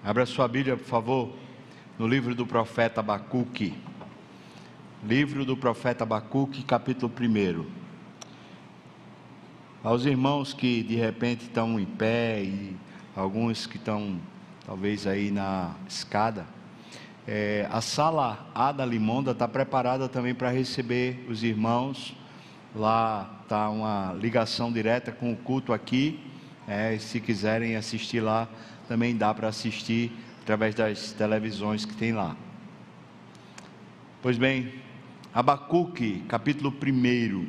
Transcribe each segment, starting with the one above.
Abra sua Bíblia, por favor, no livro do profeta Abacuque. Livro do profeta Abacuque, capítulo 1. Aos irmãos que de repente estão em pé e alguns que estão talvez aí na escada, a sala A da Limonda está preparada também para receber os irmãos. Lá está uma ligação direta com o culto aqui. Se quiserem assistir lá, também dá para assistir através das televisões que tem lá. Pois bem, Abacuque, capítulo 1.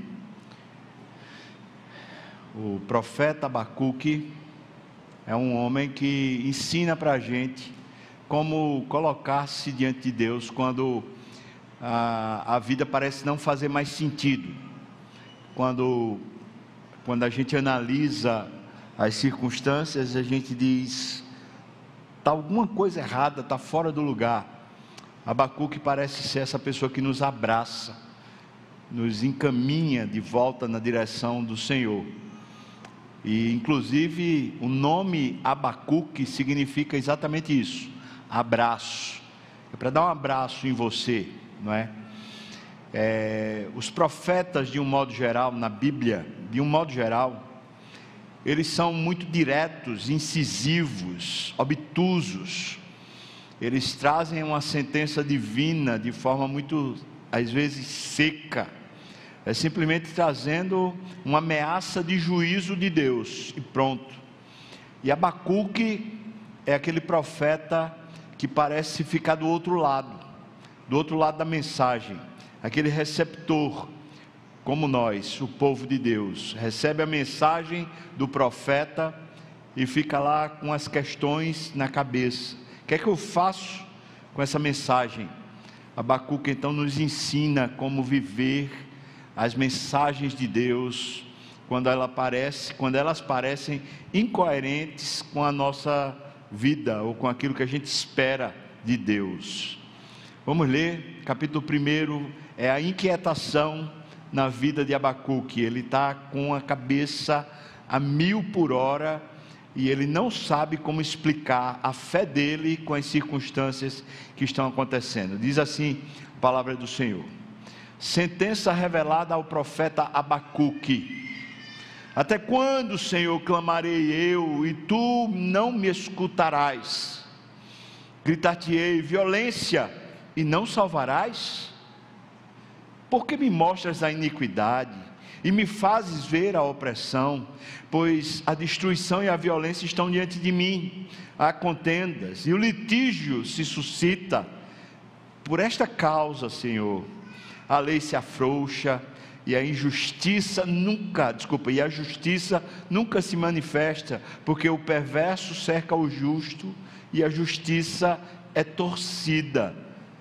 O profeta Abacuque é um homem que ensina para a gente como colocar-se diante de Deus quando a vida parece não fazer mais sentido. Quando a gente analisa as circunstâncias, a gente diz: está alguma coisa errada, está fora do lugar. Abacuque parece ser essa pessoa que nos abraça, nos encaminha de volta na direção do Senhor. E inclusive o nome Abacuque significa exatamente isso, abraço. É para dar um abraço em você, não é? Os profetas, de um modo geral, na Bíblia, de um modo geral, eles são muito diretos, incisivos, obtusos. Eles trazem uma sentença divina de forma muito, às vezes, seca. É simplesmente trazendo uma ameaça de juízo de Deus, e pronto. E Abacuque é aquele profeta que parece ficar do outro lado da mensagem, aquele receptor, como nós, o povo de Deus, recebe a mensagem do profeta e fica lá com as questões na cabeça. O que é que eu faço com essa mensagem? Abacuque então nos ensina como viver as mensagens de Deus quando elas parecem incoerentes com a nossa vida ou com aquilo que a gente espera de Deus. Vamos ler, capítulo 1, é a inquietação na vida de Abacuque. Ele está com a cabeça a 1000 por hora e ele não sabe como explicar a fé dele com as circunstâncias que estão acontecendo. Diz assim a palavra do Senhor: sentença revelada ao profeta Abacuque. Até quando, Senhor, clamarei eu e tu não me escutarás? Gritar-te-ei violência e não salvarás? Por que me mostras a iniquidade e me fazes ver a opressão? Pois a destruição e a violência estão diante de mim, há contendas e o litígio se suscita. Por esta causa, Senhor, a lei se afrouxa e a justiça nunca se manifesta, porque o perverso cerca o justo e a justiça é torcida.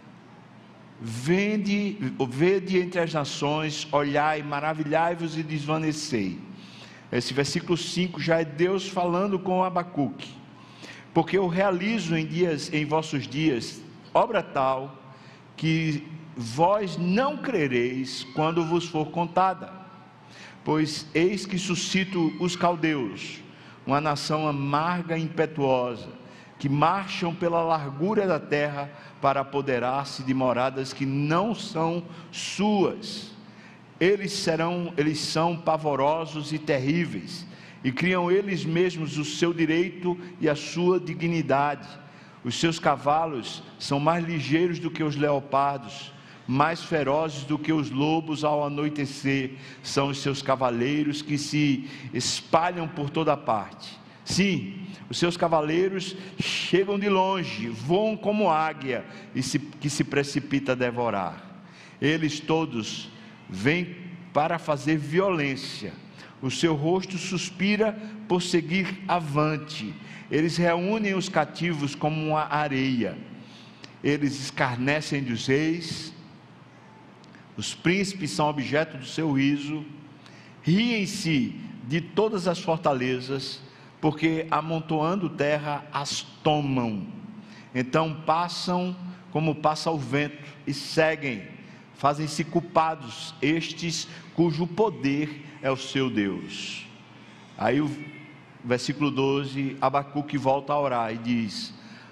Vede entre as nações, olhai, maravilhai-vos e desvanecei. Esse versículo 5 já é Deus falando com Abacuque. Porque eu realizo em vossos dias obra tal que vós não crereis quando vos for contada. Pois eis que suscito os caldeus, uma nação amarga e impetuosa, que marcham pela largura da terra para apoderar-se de moradas que não são suas. Eles são pavorosos e terríveis, e criam eles mesmos o seu direito e a sua dignidade. Os seus cavalos são mais ligeiros do que os leopardos, mais ferozes do que os lobos ao anoitecer. São os seus cavaleiros que se espalham por toda parte. Sim, os seus cavaleiros chegam de longe, voam como águia que se precipita a devorar. Eles todos vêm para fazer violência. O seu rosto suspira por seguir avante. Eles reúnem os cativos como uma areia. Eles escarnecem dos reis. Os príncipes são objeto do seu riso. Riem-se de todas as fortalezas, porque amontoando terra as tomam. Então passam como passa o vento e seguem, fazem-se culpados estes cujo poder é o seu Deus. Aí o versículo 12, Abacuque volta a orar e diz: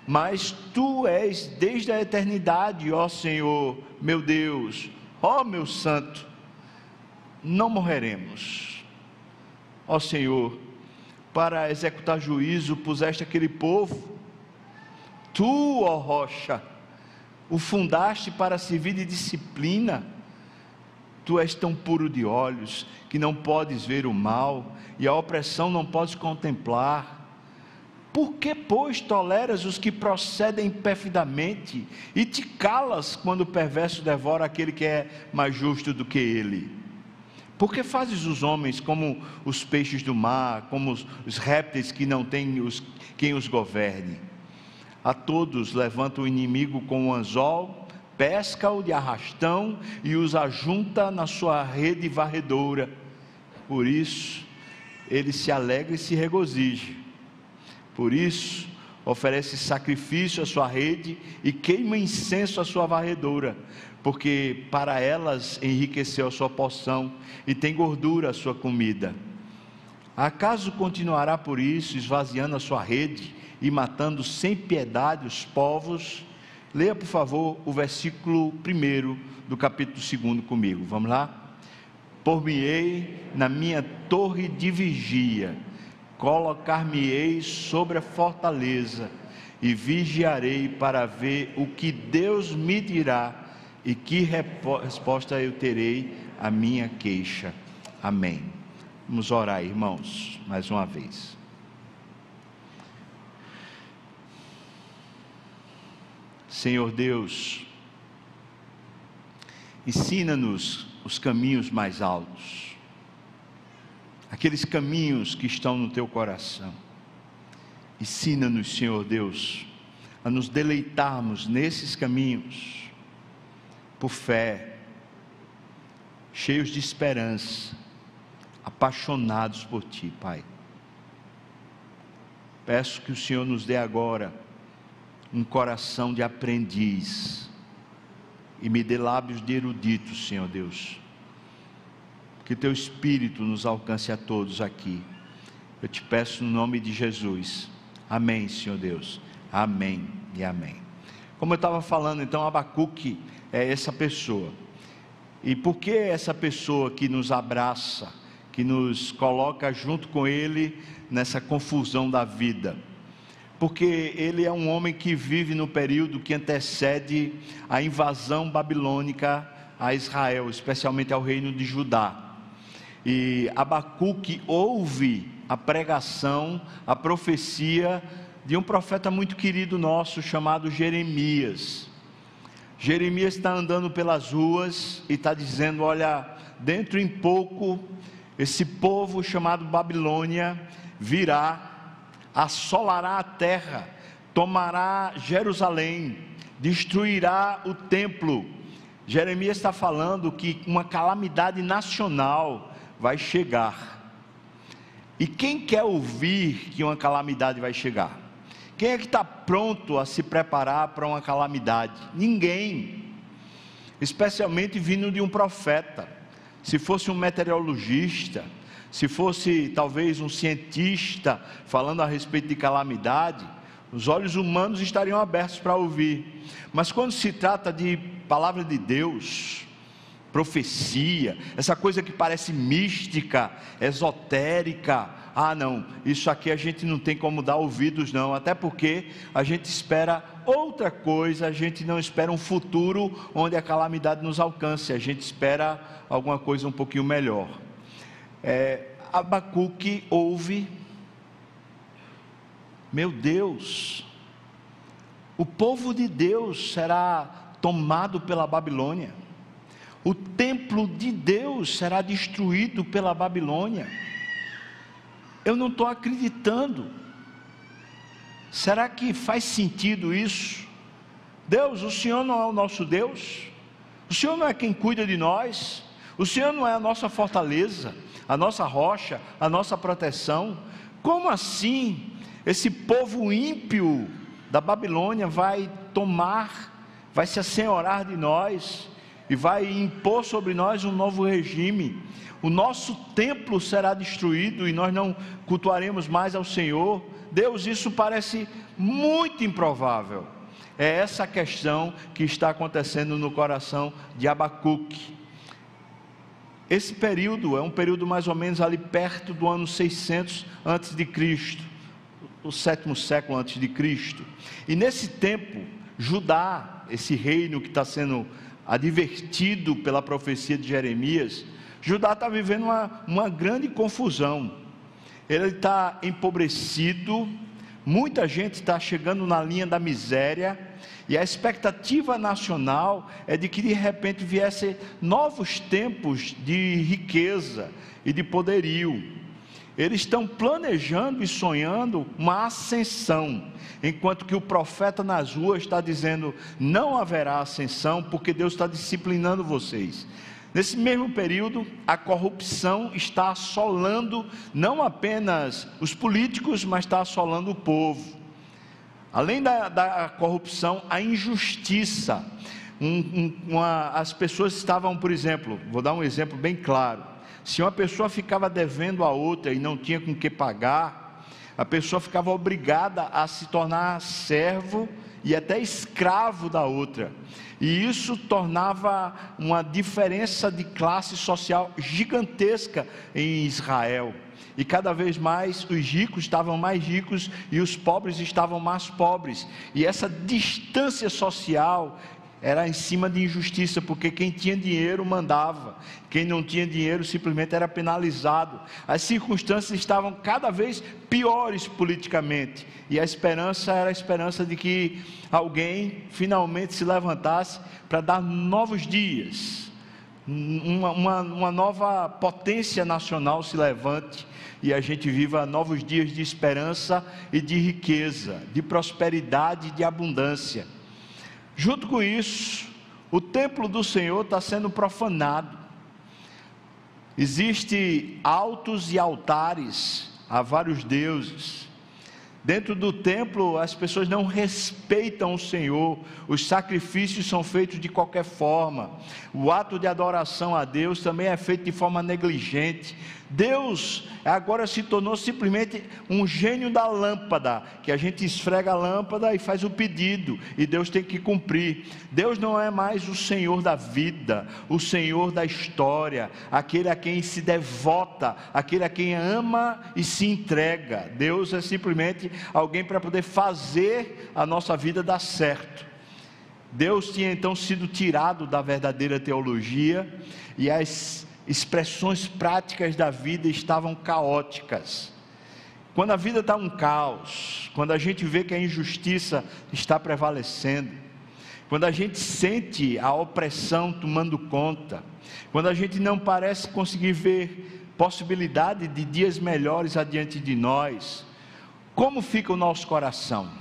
mas Tu és desde a eternidade, ó Senhor, meu Deus, ó meu Santo, não morreremos. Ó Senhor, para executar juízo puseste aquele povo, Tu, ó rocha, o fundaste para servir de disciplina. Tu és tão puro de olhos que não podes ver o mal, e a opressão não podes contemplar. Por que, pois, toleras os que procedem perfidamente e te calas quando o perverso devora aquele que é mais justo do que ele? Por que fazes os homens como os peixes do mar, como os répteis que não têm quem os governe? A todos levanta o inimigo com o anzol, pesca-o de arrastão e os ajunta na sua rede varredora. Por isso, ele se alegra e se regozija. Por isso, oferece sacrifício à sua rede e queima incenso à sua varredora, porque para elas enriqueceu a sua porção e tem gordura a sua comida. Acaso continuará por isso, esvaziando a sua rede e matando sem piedade os povos? Leia, por favor, o versículo 1 do capítulo 2 comigo. Vamos lá? Por-me-ei na minha torre de vigia, colocar-me-ei sobre a fortaleza e vigiarei para ver o que Deus me dirá e que resposta eu terei à minha queixa. Amém. Vamos orar, irmãos, mais uma vez. Senhor Deus, ensina-nos os caminhos mais altos, aqueles caminhos que estão no Teu coração. Ensina-nos, Senhor Deus, a nos deleitarmos nesses caminhos, por fé, cheios de esperança, apaixonados por Ti, Pai. Peço que o Senhor nos dê agora um coração de aprendiz e me dê lábios de erudito, Senhor Deus. Que Teu Espírito nos alcance a todos aqui. Eu te peço no nome de Jesus. Amém, Senhor Deus. Amém e amém. Como eu estava falando, então, Abacuque é essa pessoa. E por que essa pessoa que nos abraça, que nos coloca junto com ele nessa confusão da vida? Porque ele é um homem que vive no período que antecede a invasão babilônica a Israel, especialmente ao reino de Judá. E Abacuque ouve a pregação, a profecia de um profeta muito querido nosso, chamado Jeremias. Jeremias está andando pelas ruas e está dizendo: olha, dentro em pouco, esse povo chamado Babilônia virá, assolará a terra, tomará Jerusalém, destruirá o templo. Jeremias está falando que uma calamidade nacional vai chegar. E quem quer ouvir que uma calamidade vai chegar? Quem é que está pronto a se preparar para uma calamidade? Ninguém, especialmente vindo de um profeta. Se fosse um meteorologista, se fosse talvez um cientista falando a respeito de calamidade, os olhos humanos estariam abertos para ouvir. Mas quando se trata de palavra de Deus, profecia, essa coisa que parece mística, esotérica, não, isso aqui a gente não tem como dar ouvidos não, até porque a gente espera outra coisa, a gente não espera um futuro onde a calamidade nos alcance, a gente espera alguma coisa um pouquinho melhor. Abacuque ouve: meu Deus, o povo de Deus será tomado pela Babilônia, o templo de Deus será destruído pela Babilônia. Eu não estou acreditando. Será que faz sentido isso? Deus, o Senhor não é o nosso Deus? O Senhor não é quem cuida de nós? O Senhor não é a nossa fortaleza, a nossa rocha, a nossa proteção? Como assim esse povo ímpio da Babilônia vai tomar, vai se assenhorar de nós e vai impor sobre nós um novo regime? O nosso templo será destruído e nós não cultuaremos mais ao Senhor. Deus, isso parece muito improvável. É essa questão que está acontecendo no coração de Abacuque. Esse período é um período mais ou menos ali perto do ano 600 antes de Cristo, o 7º século antes de Cristo. E nesse tempo, Judá, esse reino que está sendo advertido pela profecia de Jeremias, Judá está vivendo uma grande confusão. Ele está empobrecido, muita gente está chegando na linha da miséria, e a expectativa nacional é de que de repente viessem novos tempos de riqueza e de poderio. Eles estão planejando e sonhando uma ascensão, enquanto que o profeta nas ruas está dizendo: não haverá ascensão, porque Deus está disciplinando vocês. Nesse mesmo período, a corrupção está assolando não apenas os políticos, mas está assolando o povo. Além da corrupção, a injustiça. As pessoas estavam, por exemplo, vou dar um exemplo bem claro: se uma pessoa ficava devendo a outra e não tinha com que pagar, a pessoa ficava obrigada a se tornar servo e até escravo da outra, e isso tornava uma diferença de classe social gigantesca em Israel. E cada vez mais os ricos estavam mais ricos e os pobres estavam mais pobres, e essa distância social era em cima de injustiça, porque quem tinha dinheiro mandava, quem não tinha dinheiro simplesmente era penalizado. As circunstâncias estavam cada vez piores politicamente, e a esperança era a esperança de que alguém finalmente se levantasse para dar novos dias, uma nova potência nacional se levante, e a gente viva novos dias de esperança e de riqueza, de prosperidade e de abundância. Junto com isso, o templo do Senhor está sendo profanado. Existem altos e altares a vários deuses. Dentro do templo, as pessoas não respeitam o Senhor, os sacrifícios são feitos de qualquer forma, o ato de adoração a Deus também é feito de forma negligente. Deus agora se tornou simplesmente um gênio da lâmpada, que a gente esfrega a lâmpada e faz o pedido, e Deus tem que cumprir. Deus não é mais o Senhor da vida, o Senhor da história, aquele a quem se devota, aquele a quem ama e se entrega. Deus é simplesmente alguém para poder fazer a nossa vida dar certo. Deus tinha então sido tirado da verdadeira teologia, e as expressões práticas da vida estavam caóticas. Quando a vida está um caos, quando a gente vê que a injustiça está prevalecendo, quando a gente sente a opressão tomando conta, quando a gente não parece conseguir ver possibilidade de dias melhores adiante de nós, como fica o nosso coração?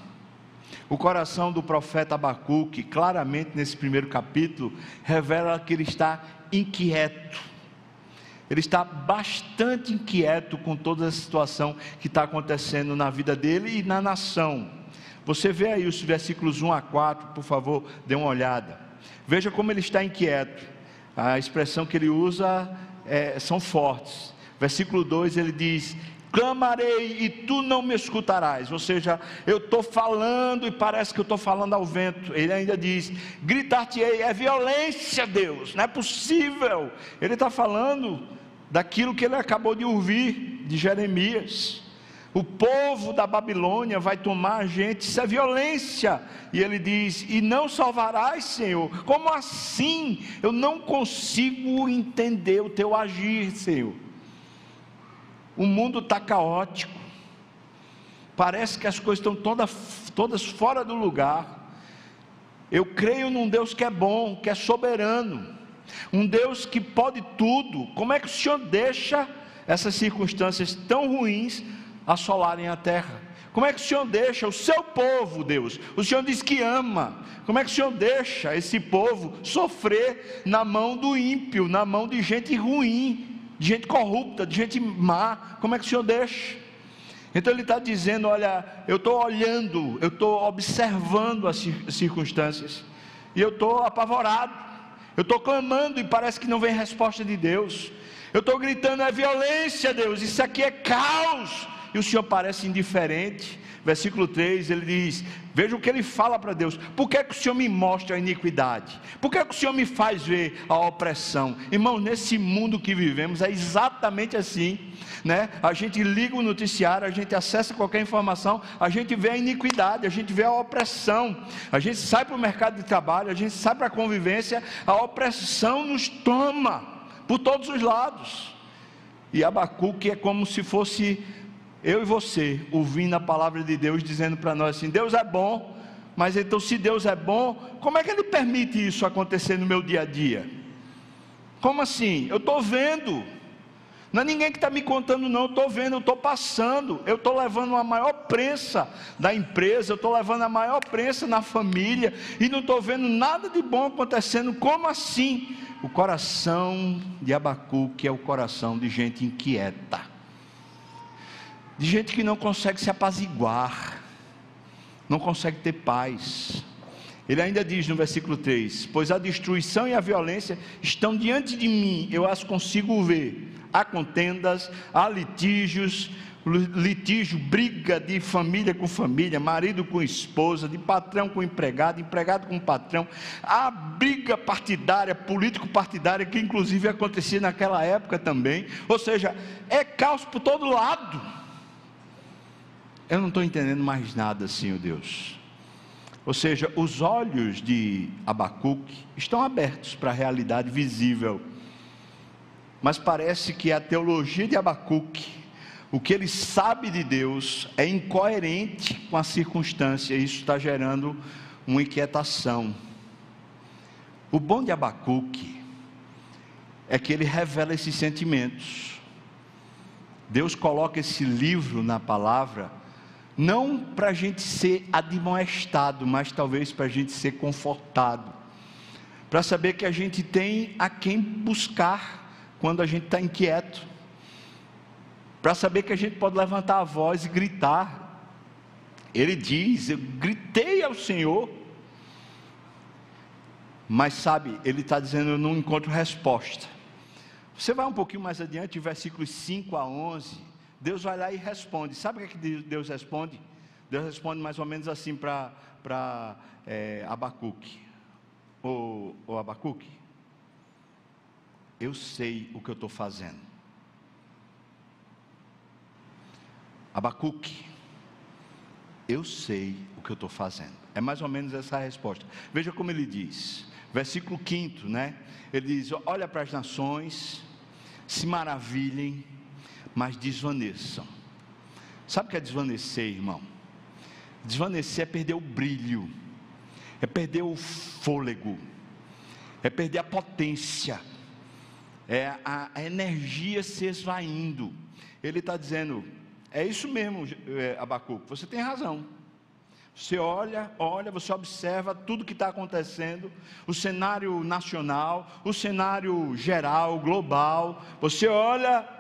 O coração do profeta Abacuque, claramente nesse primeiro capítulo, revela que ele está inquieto. Ele está bastante inquieto com toda a situação que está acontecendo na vida dele e na nação. Você vê aí os versículos 1 a 4, por favor, dê uma olhada. Veja como ele está inquieto. A expressão que ele usa são fortes. Versículo 2 ele diz: clamarei e tu não me escutarás. Ou seja, eu estou falando e parece que eu estou falando ao vento. Ele ainda diz: gritar-te-ei, é violência, Deus, não é possível. Ele está falando daquilo que ele acabou de ouvir de Jeremias. O povo da Babilônia vai tomar a gente, isso é violência. E ele diz: e não salvarás, Senhor. Como assim? Eu não consigo entender o teu agir, Senhor. O mundo está caótico, parece que as coisas estão todas fora do lugar. Eu creio num Deus que é bom, que é soberano, um Deus que pode tudo. Como é que o Senhor deixa essas circunstâncias tão ruins assolarem a terra? Como é que o Senhor deixa o seu povo, Deus? O Senhor diz que ama. Como é que o Senhor deixa esse povo sofrer na mão do ímpio, na mão de gente ruim, de gente corrupta, de gente má? Como é que o Senhor deixa? Então ele está dizendo: olha, eu estou olhando, eu estou observando as circunstâncias, e eu estou apavorado, eu estou clamando e parece que não vem resposta de Deus. Eu estou gritando, é violência, Deus, isso aqui é caos. E o Senhor parece indiferente. Versículo 3, ele diz, veja o que ele fala para Deus: por que é que o Senhor me mostra a iniquidade? Por que é que o Senhor me faz ver a opressão? Irmão, nesse mundo que vivemos é exatamente assim, né? A gente liga o noticiário, a gente acessa qualquer informação, a gente vê a iniquidade, a gente vê a opressão, a gente sai para o mercado de trabalho, a gente sai para a convivência, a opressão nos toma por todos os lados. E Abacuque é como se fosse eu e você ouvindo a palavra de Deus dizendo para nós assim: Deus é bom, mas então se Deus é bom, como é que Ele permite isso acontecer no meu dia a dia? Como assim? Eu estou vendo, não é ninguém que está me contando não, eu estou vendo, eu estou passando, eu estou levando a maior prensa da empresa, eu estou levando a maior prensa na família, e não estou vendo nada de bom acontecendo. Como assim? O coração de Abacuque é o coração de gente inquieta, de gente que não consegue se apaziguar, não consegue ter paz. Ele ainda diz no versículo 3: pois a destruição e a violência estão diante de mim, eu as consigo ver. Há contendas, há litígio, briga de família com família, marido com esposa, de patrão com empregado, empregado com patrão. Há briga partidária, político-partidária, que inclusive acontecia naquela época também. Ou seja, é caos por todo lado. Eu não estou entendendo mais nada, Senhor Deus. Ou seja, os olhos de Abacuque estão abertos para a realidade visível, mas parece que a teologia de Abacuque, o que ele sabe de Deus, é incoerente com a circunstância, e isso está gerando uma inquietação. O bom de Abacuque é que ele revela esses sentimentos. Deus coloca esse livro na palavra, não para a gente ser admoestado, mas talvez para a gente ser confortado, para saber que a gente tem a quem buscar quando a gente está inquieto, para saber que a gente pode levantar a voz e gritar. Ele diz: eu gritei ao Senhor, mas sabe, ele está dizendo: eu não encontro resposta. Você vai um pouquinho mais adiante, versículos 5 a 11, Deus vai lá e responde. Sabe o que Deus responde? Deus responde mais ou menos assim para Abacuque: ô Abacuque, eu sei o que eu estou fazendo. Abacuque, eu sei o que eu estou fazendo. É mais ou menos essa a resposta. Veja como ele diz, versículo 5, né? Ele diz: olha para as nações, se maravilhem, mas desvaneçam. Sabe o que é desvanecer, irmão? Desvanecer é perder o brilho, é perder o fôlego, é perder a potência, é a energia se esvaindo. Ele está dizendo: é isso mesmo, Abacuque, você tem razão. Você olha, você observa tudo que está acontecendo, o cenário nacional, o cenário geral, global. Você olha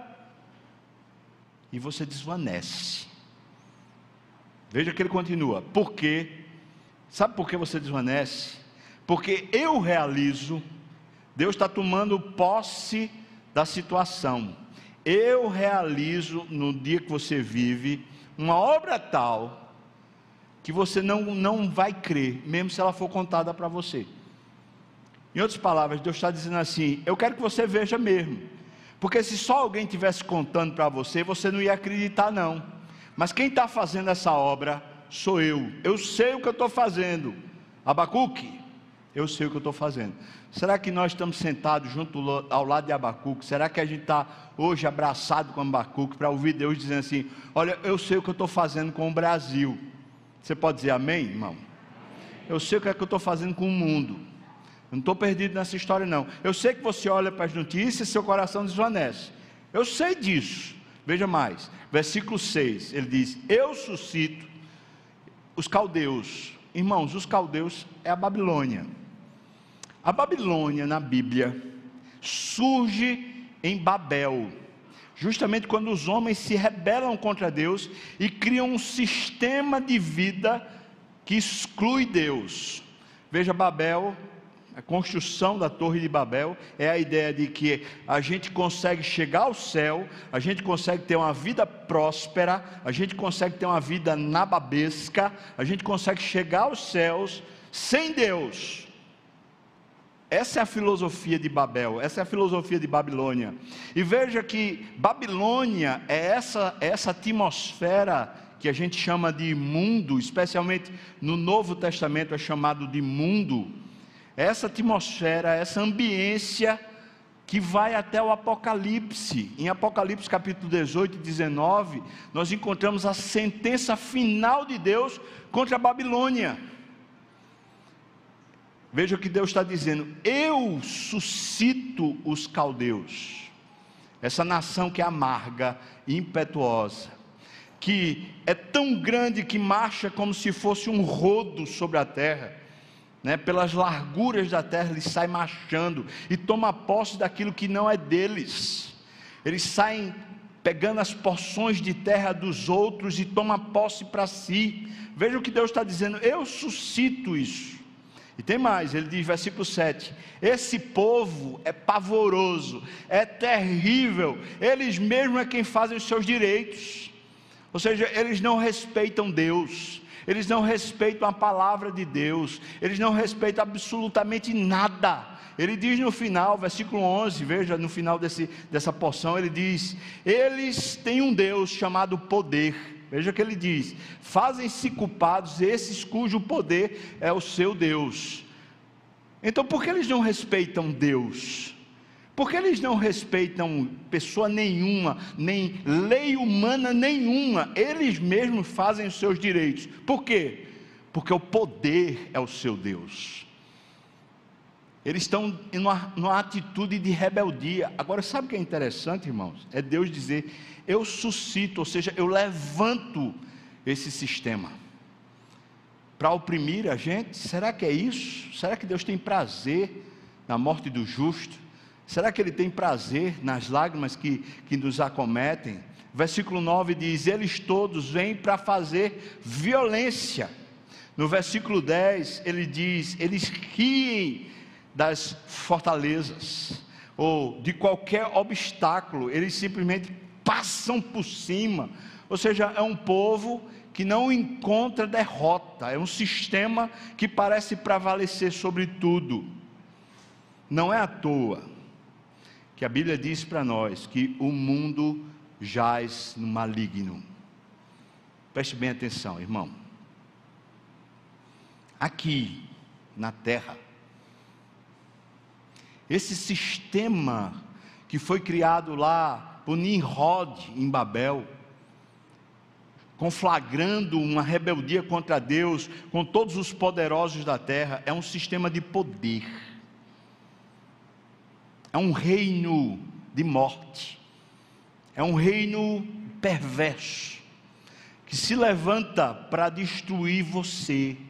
e você desvanece. Veja que ele continua: por quê? Sabe por que você desvanece? Porque eu realizo. Deus está tomando posse da situação. Eu realizo no dia que você vive uma obra tal que você não vai crer, mesmo se ela for contada para você. Em outras palavras, Deus está dizendo assim: eu quero que você veja mesmo, porque se só alguém estivesse contando para você, você não ia acreditar não. Mas quem está fazendo essa obra sou eu sei o que eu estou fazendo. Abacuque, eu sei o que eu estou fazendo. Será que nós estamos sentados junto ao lado de Abacuque? Será que a gente está hoje abraçado com Abacuque para ouvir Deus dizendo assim: olha, eu sei o que eu estou fazendo com o Brasil? Você pode dizer amém, irmão? Eu sei o que é que eu estou fazendo com o mundo. Eu não estou perdido nessa história não. Eu sei que você olha para as notícias e seu coração desvanece. Eu sei disso. Veja mais, versículo 6, ele diz: eu suscito os caldeus. Irmãos, os caldeus é a Babilônia. A Babilônia na Bíblia surge em Babel, justamente quando os homens se rebelam contra Deus e criam um sistema de vida que exclui Deus. Veja, Babel A construção da Torre de Babel é a ideia de que a gente consegue chegar ao céu, a gente consegue ter uma vida próspera, a gente consegue ter uma vida nababesca, a gente consegue chegar aos céus sem Deus. Essa é a filosofia de Babel, essa é a filosofia de Babilônia. E veja que Babilônia é essa atmosfera que a gente chama de mundo, especialmente no Novo Testamento é chamado de mundo. Essa atmosfera, essa ambiência que vai até o Apocalipse. Em Apocalipse capítulo 18 e 19, nós encontramos a sentença final de Deus contra a Babilônia. Veja o que Deus está dizendo: eu suscito os caldeus, essa nação que é amarga e impetuosa, que é tão grande que marcha como se fosse um rodo sobre a terra, pelas larguras da terra eles saem marchando e tomam posse daquilo que não é deles. Eles saem pegando as porções de terra dos outros e tomam posse para si. Veja o que Deus está dizendo: eu suscito isso. E tem mais, ele diz, versículo 7, esse povo é pavoroso, é terrível, eles mesmos é quem fazem os seus direitos. Ou seja, eles não respeitam Deus, eles não respeitam a palavra de Deus, eles não respeitam absolutamente nada. Ele diz no final, versículo 11, veja no final dessa porção, ele diz, eles têm um Deus chamado poder. Veja o que ele diz, fazem-se culpados esses cujo poder é o seu Deus. Então por que eles não respeitam Deus? Por que eles não respeitam pessoa nenhuma, nem lei humana nenhuma? Eles mesmos fazem os seus direitos. Por quê? Porque o poder é o seu Deus. Eles estão numa atitude de rebeldia. Agora sabe o que é interessante, irmãos? É Deus dizer, eu suscito, ou seja, eu levanto esse sistema para oprimir a gente. Será que é isso? Será que Deus tem prazer na morte do justo? Será que Ele tem prazer nas lágrimas que nos acometem? Versículo 9 diz, eles todos vêm para fazer violência. No versículo 10 ele diz, eles riem das fortalezas, ou de qualquer obstáculo, eles simplesmente passam por cima. Ou seja, é um povo que não encontra derrota, é um sistema que parece prevalecer sobre tudo. Não é à toa que a Bíblia diz para nós que o mundo jaz no maligno. Preste bem atenção, irmão. Aqui na terra, esse sistema que foi criado lá por Nimrod em Babel, conflagrando uma rebeldia contra Deus, com todos os poderosos da terra, é um sistema de poder, é um reino de morte, é um reino perverso, que se levanta para destruir você.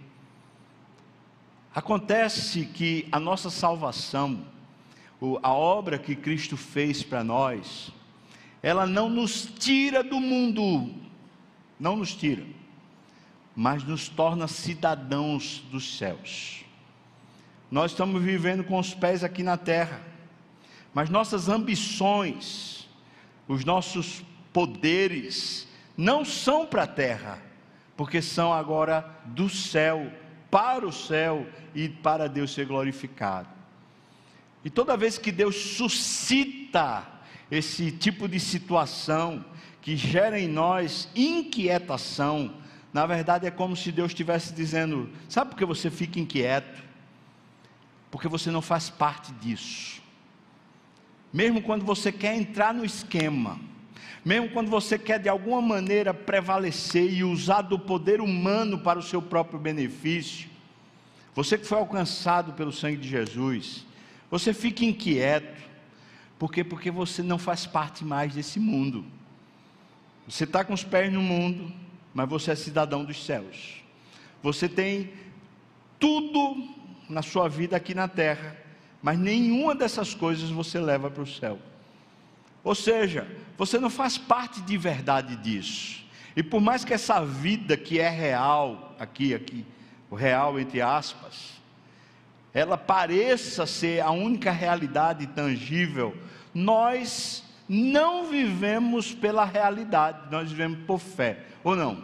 Acontece que a nossa salvação, a obra que Cristo fez para nós, ela não nos tira do mundo, não nos tira, mas nos torna cidadãos dos céus. Nós estamos vivendo com os pés aqui na terra, mas nossas ambições, os nossos poderes, não são para a terra, porque são agora do céu, para o céu e para Deus ser glorificado. E toda vez que Deus suscita esse tipo de situação, que gera em nós inquietação, na verdade é como se Deus estivesse dizendo, sabe por que você fica inquieto? Porque você não faz parte disso. Mesmo quando você quer entrar no esquema, mesmo quando você quer de alguma maneira prevalecer e usar do poder humano para o seu próprio benefício, você que foi alcançado pelo sangue de Jesus, você fica inquieto. Por quê? Porque você não faz parte mais desse mundo. Você está com os pés no mundo, mas você é cidadão dos céus. Você tem tudo na sua vida aqui na terra, mas nenhuma dessas coisas você leva para o céu. Ou seja, você não faz parte de verdade disso. E por mais que essa vida que é real, aqui, o real entre aspas, ela pareça ser a única realidade tangível, nós não vivemos pela realidade, nós vivemos por fé, ou não?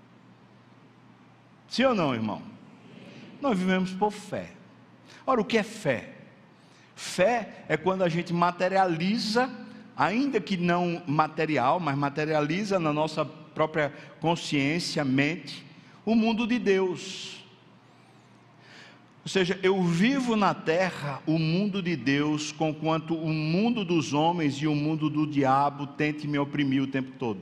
Sim ou não, irmão? Nós vivemos por fé. Ora, o que é fé? Fé é quando a gente materializa, ainda que não material, mas materializa na nossa própria consciência, mente, o mundo de Deus. Ou seja, eu vivo na terra o mundo de Deus, conquanto o mundo dos homens e o mundo do diabo tente me oprimir o tempo todo.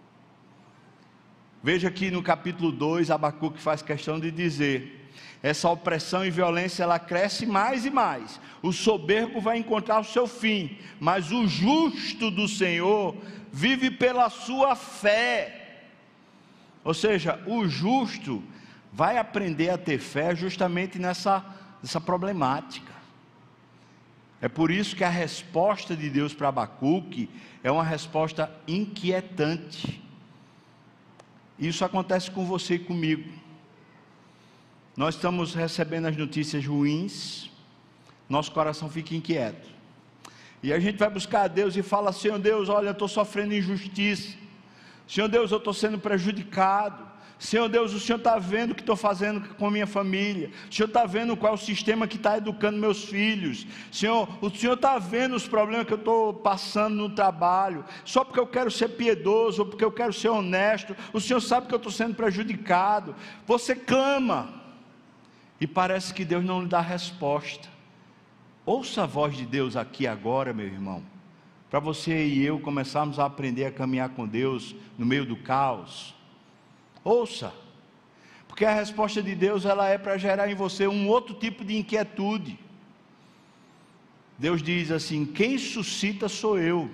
Veja que no capítulo 2, Abacuque faz questão de dizer: essa opressão e violência, ela cresce mais e mais, o soberbo vai encontrar o seu fim, mas o justo do Senhor vive pela sua fé. Ou seja, o justo vai aprender a ter fé justamente nessa problemática. É por isso que a resposta de Deus para Abacuque é uma resposta inquietante. Isso acontece com você e comigo. Nós estamos recebendo as notícias ruins, nosso coração fica inquieto, e a gente vai buscar a Deus e fala: Senhor Deus, olha, eu estou sofrendo injustiça, Senhor Deus, eu estou sendo prejudicado, Senhor Deus, o Senhor está vendo o que estou fazendo com a minha família, o Senhor está vendo qual é o sistema que está educando meus filhos, Senhor, o Senhor está vendo os problemas que eu estou passando no trabalho, só porque eu quero ser piedoso, ou porque eu quero ser honesto, o Senhor sabe que eu estou sendo prejudicado. Você clama, e parece que Deus não lhe dá resposta. Ouça a voz de Deus aqui agora, meu irmão, para você e eu começarmos a aprender a caminhar com Deus no meio do caos. Ouça, porque a resposta de Deus, ela é para gerar em você um outro tipo de inquietude. Deus diz assim: quem suscita sou eu.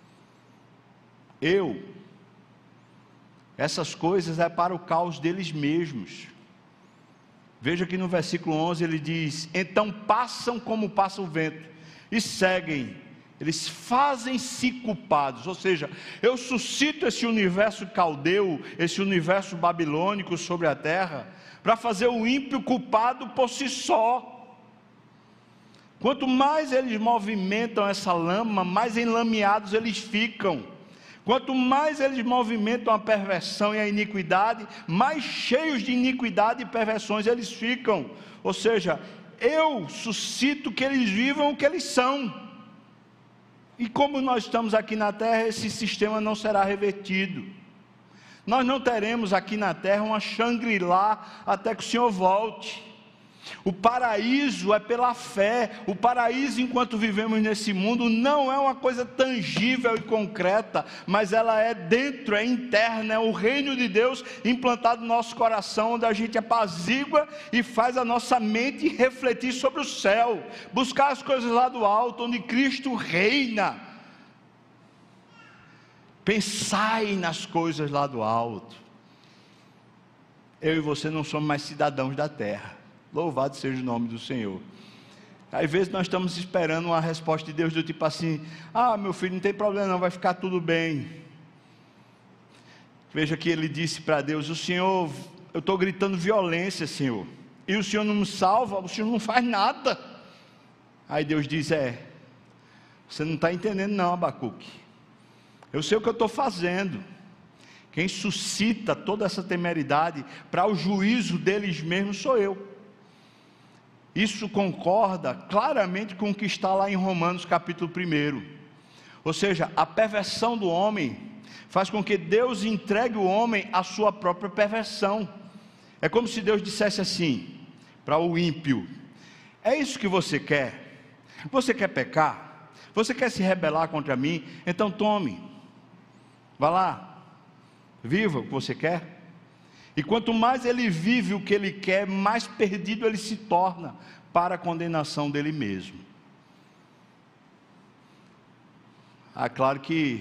Essas coisas é para o caos deles mesmos. Veja que no versículo 11 ele diz: então passam como passa o vento, e seguem, eles fazem-se culpados. Ou seja, eu suscito esse universo caldeu, esse universo babilônico sobre a terra, para fazer o ímpio culpado por si só. Quanto mais eles movimentam essa lama, mais enlameados eles ficam. Quanto mais eles movimentam a perversão e a iniquidade, mais cheios de iniquidade e perversões eles ficam. Ou seja, eu suscito que eles vivam o que eles são. E como nós estamos aqui na terra, esse sistema não será revertido. Nós não teremos aqui na terra uma Shangri-La até que o Senhor volte. O paraíso é pela fé. O paraíso, enquanto vivemos nesse mundo, não é uma coisa tangível e concreta, mas ela é dentro, é interna, é o reino de Deus implantado no nosso coração, onde a gente apazigua e faz a nossa mente refletir sobre o céu, buscar as coisas lá do alto, onde Cristo reina. Pensai nas coisas lá do alto. Eu e você não somos mais cidadãos da terra. Louvado seja o nome do Senhor. Às vezes nós estamos esperando uma resposta de Deus do tipo assim: ah, meu filho, não tem problema não, vai ficar tudo bem. Veja que ele disse para Deus: o Senhor, eu estou gritando violência, Senhor, e o Senhor não me salva, o Senhor não faz nada. Aí Deus diz: você não está entendendo não, Abacuque, eu sei o que eu estou fazendo. Quem suscita toda essa temeridade para o juízo deles mesmos sou eu. Isso concorda claramente com o que está lá em Romanos capítulo 1. Ou seja, a perversão do homem faz com que Deus entregue o homem à sua própria perversão. É como se Deus dissesse assim para o ímpio: é isso que você quer? Você quer pecar? Você quer se rebelar contra mim? Então tome, vá lá, viva o que você quer. E quanto mais ele vive o que ele quer, mais perdido ele se torna para a condenação dele mesmo. É claro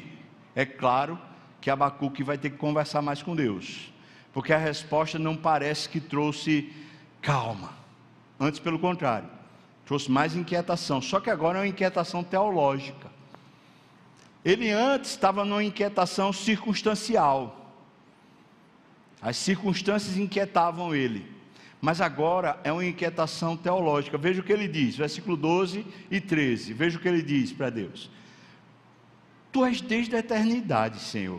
que Abacuque vai ter que conversar mais com Deus, porque a resposta não parece que trouxe calma, antes pelo contrário, trouxe mais inquietação, só que agora é uma inquietação teológica. Ele antes estava numa inquietação circunstancial, as circunstâncias inquietavam ele, Mas agora é uma inquietação teológica. Veja o que ele diz, versículo 12 e 13. Veja o que ele diz para Deus: Tu és desde a eternidade, Senhor.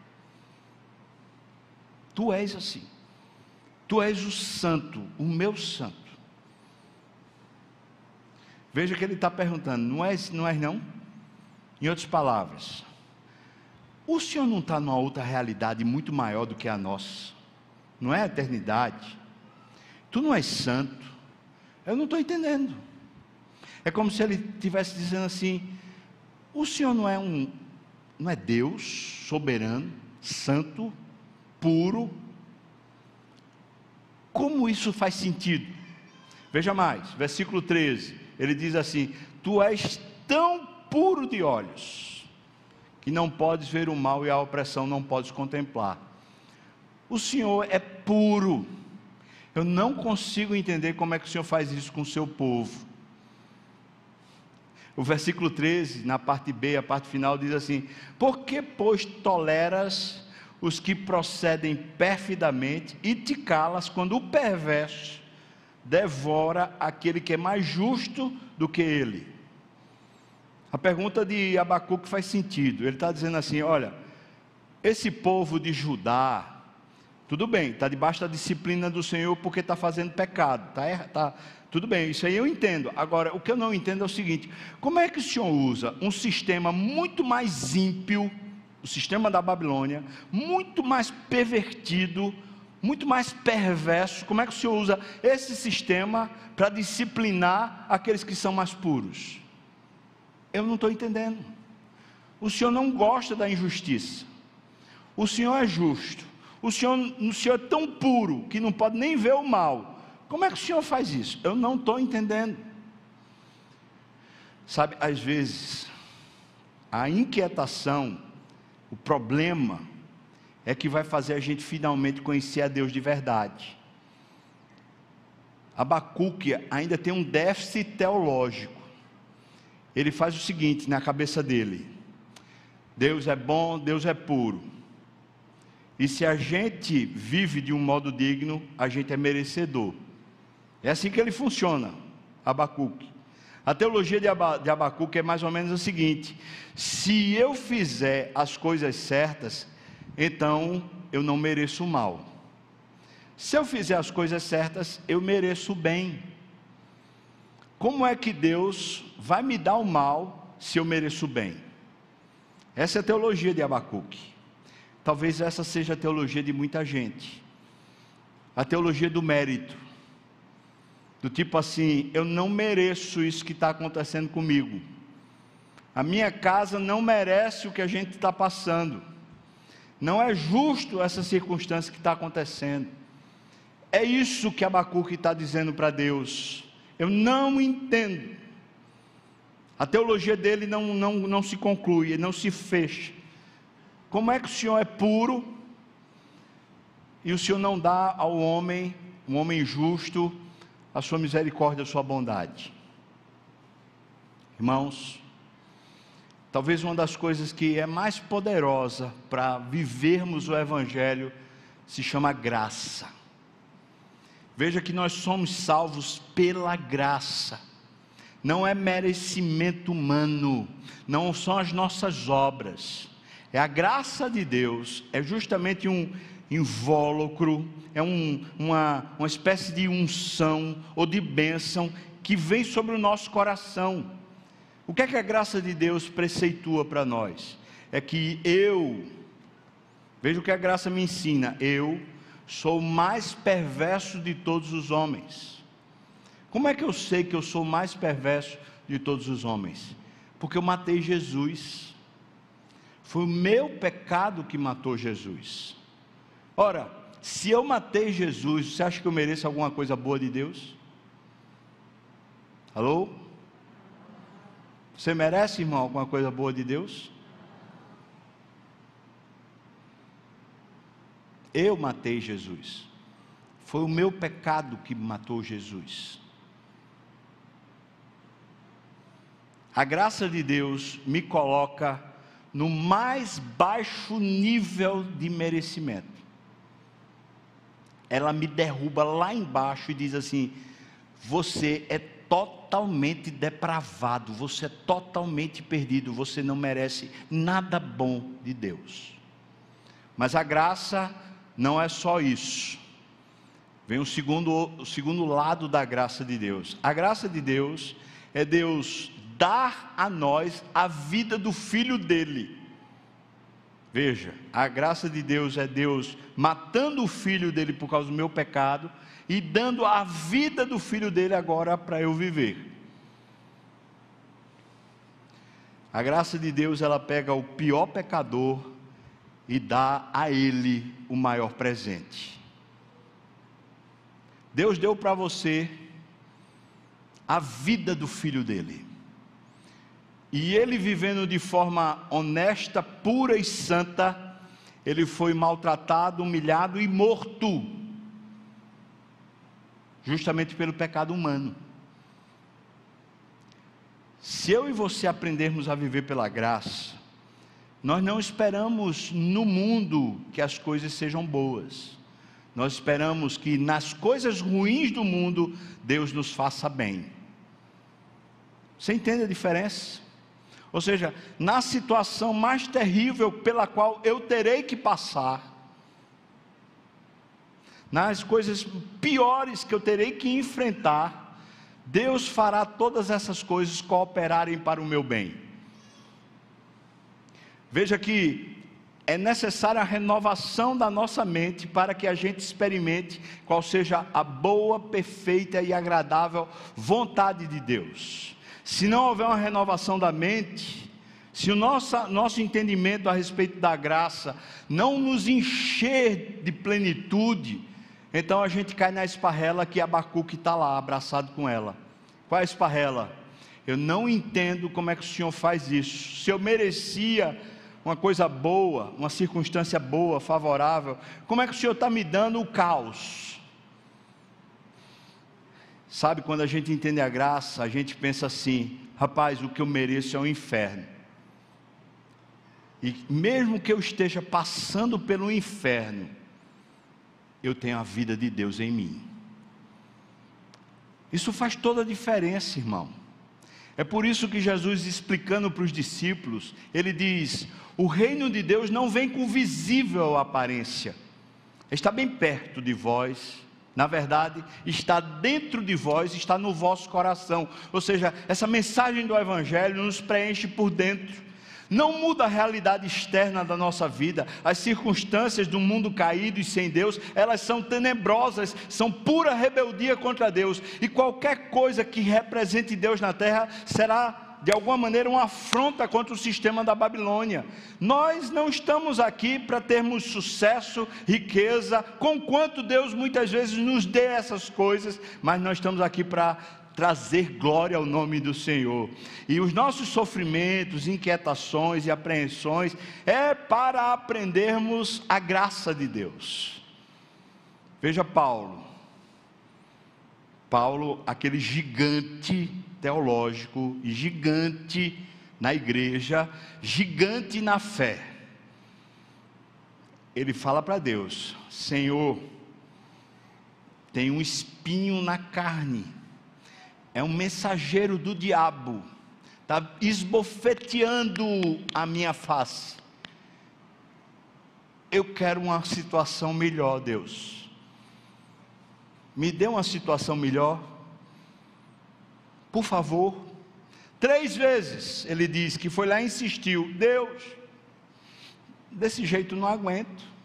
Tu és assim. Tu és o santo, o meu santo. Veja que ele está perguntando: não és não? Em outras palavras, o Senhor não está numa outra realidade muito maior do que a nossa? Não é a eternidade? Tu não és santo? Eu não estou entendendo. É como se ele estivesse dizendo assim: o Senhor não é Deus soberano, santo, puro? Como isso faz sentido? Veja mais, versículo 13, ele diz assim: Tu és tão puro de olhos, que não podes ver o mal e a opressão não podes contemplar. O Senhor é puro. Eu não consigo entender como é que o Senhor faz isso com o seu povo. O versículo 13, na parte B, a parte final, diz assim: Por que, pois, toleras os que procedem perfidamente e te calas quando o perverso devora aquele que é mais justo do que ele? A pergunta de Abacuque faz sentido. Ele está dizendo assim: olha, esse povo de Judá, tudo bem, está debaixo da disciplina do Senhor porque está fazendo pecado, tudo bem, isso aí eu entendo. Agora, o que eu não entendo é o seguinte: como é que o Senhor usa um sistema muito mais ímpio, o sistema da Babilônia, muito mais pervertido, muito mais perverso, como é que o Senhor usa esse sistema para disciplinar aqueles que são mais puros? Eu não estou entendendo. O Senhor não gosta da injustiça, o Senhor é justo, o Senhor é tão puro que não pode nem ver o mal. Como é que o Senhor faz isso? Eu não estou entendendo. Sabe, às vezes a inquietação, o problema é que vai fazer a gente finalmente conhecer a Deus de verdade. Abacuque ainda tem um déficit teológico. Ele faz o seguinte na cabeça dele: Deus é bom, Deus é puro, e se a gente vive de um modo digno, a gente é merecedor. É assim que ele funciona, Abacuque. A teologia de Abacuque é mais ou menos a seguinte: se eu fizer as coisas certas, então eu não mereço o mal. Se eu fizer as coisas certas, eu mereço o bem. Como é que Deus vai me dar o mal se eu mereço o bem? Essa é a teologia de Abacuque. Talvez essa seja a teologia de muita gente. A teologia do mérito. Do tipo assim: eu não mereço isso que está acontecendo comigo. A minha casa não merece o que a gente está passando. Não é justo essa circunstância que está acontecendo. É isso que Abacuque está dizendo para Deus. Eu não entendo. A teologia dele não se conclui, não se fecha. Como é que o Senhor é puro e o Senhor não dá ao homem, um homem justo, a sua misericórdia, a sua bondade? Irmãos, talvez uma das coisas que é mais poderosa para vivermos o Evangelho se chama graça. Veja que nós somos salvos pela graça. Não é merecimento humano, não são as nossas obras. É a graça de Deus, é justamente um invólucro, é uma espécie de unção ou de bênção que vem sobre o nosso coração. O que é que a graça de Deus preceitua para nós? É que veja o que a graça me ensina: eu sou o mais perverso de todos os homens. Como é que eu sei que eu sou o mais perverso de todos os homens? Porque eu matei Jesus. Foi o meu pecado que matou Jesus. Ora, se eu matei Jesus, você acha que eu mereço alguma coisa boa de Deus? Alô? Você merece, irmão, alguma coisa boa de Deus? Eu matei Jesus. Foi o meu pecado que matou Jesus. A graça de Deus me coloca no mais baixo nível de merecimento. ela me derruba lá embaixo e diz assim: você é totalmente depravado, você é totalmente perdido, você não merece nada bom de Deus. Mas a graça não é só isso. Vem o segundo lado da graça de Deus. A graça de Deus é Deus dar a nós a vida do Filho dele. Veja, a graça de Deus é Deus matando o Filho dele por causa do meu pecado e dando a vida do Filho dele agora para eu viver. A graça de Deus, ela pega o pior pecador e dá a ele o maior presente. Deus deu para você a vida do Filho dele. E ele, vivendo de forma honesta, pura e santa, ele foi maltratado, humilhado e morto, justamente pelo pecado humano. Se eu e você aprendermos a viver pela graça, nós não esperamos no mundo que as coisas sejam boas. Nós esperamos que nas coisas ruins do mundo, Deus nos faça bem. Você entende a diferença? Ou seja, na situação mais terrível pela qual eu terei que passar, nas coisas piores que eu terei que enfrentar, Deus fará todas essas coisas cooperarem para o meu bem. Veja que é necessária a renovação da nossa mente para que a gente experimente qual seja a boa, perfeita e agradável vontade de Deus. Se não houver uma renovação da mente, se o nosso entendimento a respeito da graça não nos encher de plenitude, então a gente cai na esparrela que Abacuque está lá, abraçado com ela. Qual é a esparrela? Eu não entendo como é que o Senhor faz isso. Se eu merecia uma coisa boa, uma circunstância boa, favorável, como é que o Senhor está me dando o caos? Sabe, quando a gente entende a graça, a gente pensa assim: rapaz, o que eu mereço é o inferno. E mesmo que eu esteja passando pelo inferno, eu tenho a vida de Deus em mim. Isso faz toda a diferença, irmão. É por isso que Jesus, explicando para os discípulos, ele diz: o reino de Deus não vem com visível aparência, está bem perto de vós, na verdade, está dentro de vós, está no vosso coração. Ou seja, essa mensagem do Evangelho nos preenche por dentro. Não muda a realidade externa da nossa vida. As circunstâncias do mundo caído e sem Deus, elas são tenebrosas, são pura rebeldia contra Deus, e qualquer coisa que represente Deus na terra, será de alguma maneira uma afronta contra o sistema da Babilônia. Nós não estamos aqui para termos sucesso, riqueza, conquanto Deus muitas vezes nos dê essas coisas, mas nós estamos aqui para trazer glória ao nome do Senhor. E os nossos sofrimentos, inquietações e apreensões é para aprendermos a graça de Deus. Veja Paulo, aquele gigante teológico e gigante na igreja, gigante na fé. Ele fala para Deus: Senhor, tem um espinho na carne, é um mensageiro do diabo, está esbofeteando a minha face. Eu quero uma situação melhor, Deus. Me dê uma situação melhor, por favor. 3 vezes ele diz que foi lá e insistiu: Deus, desse jeito não aguento.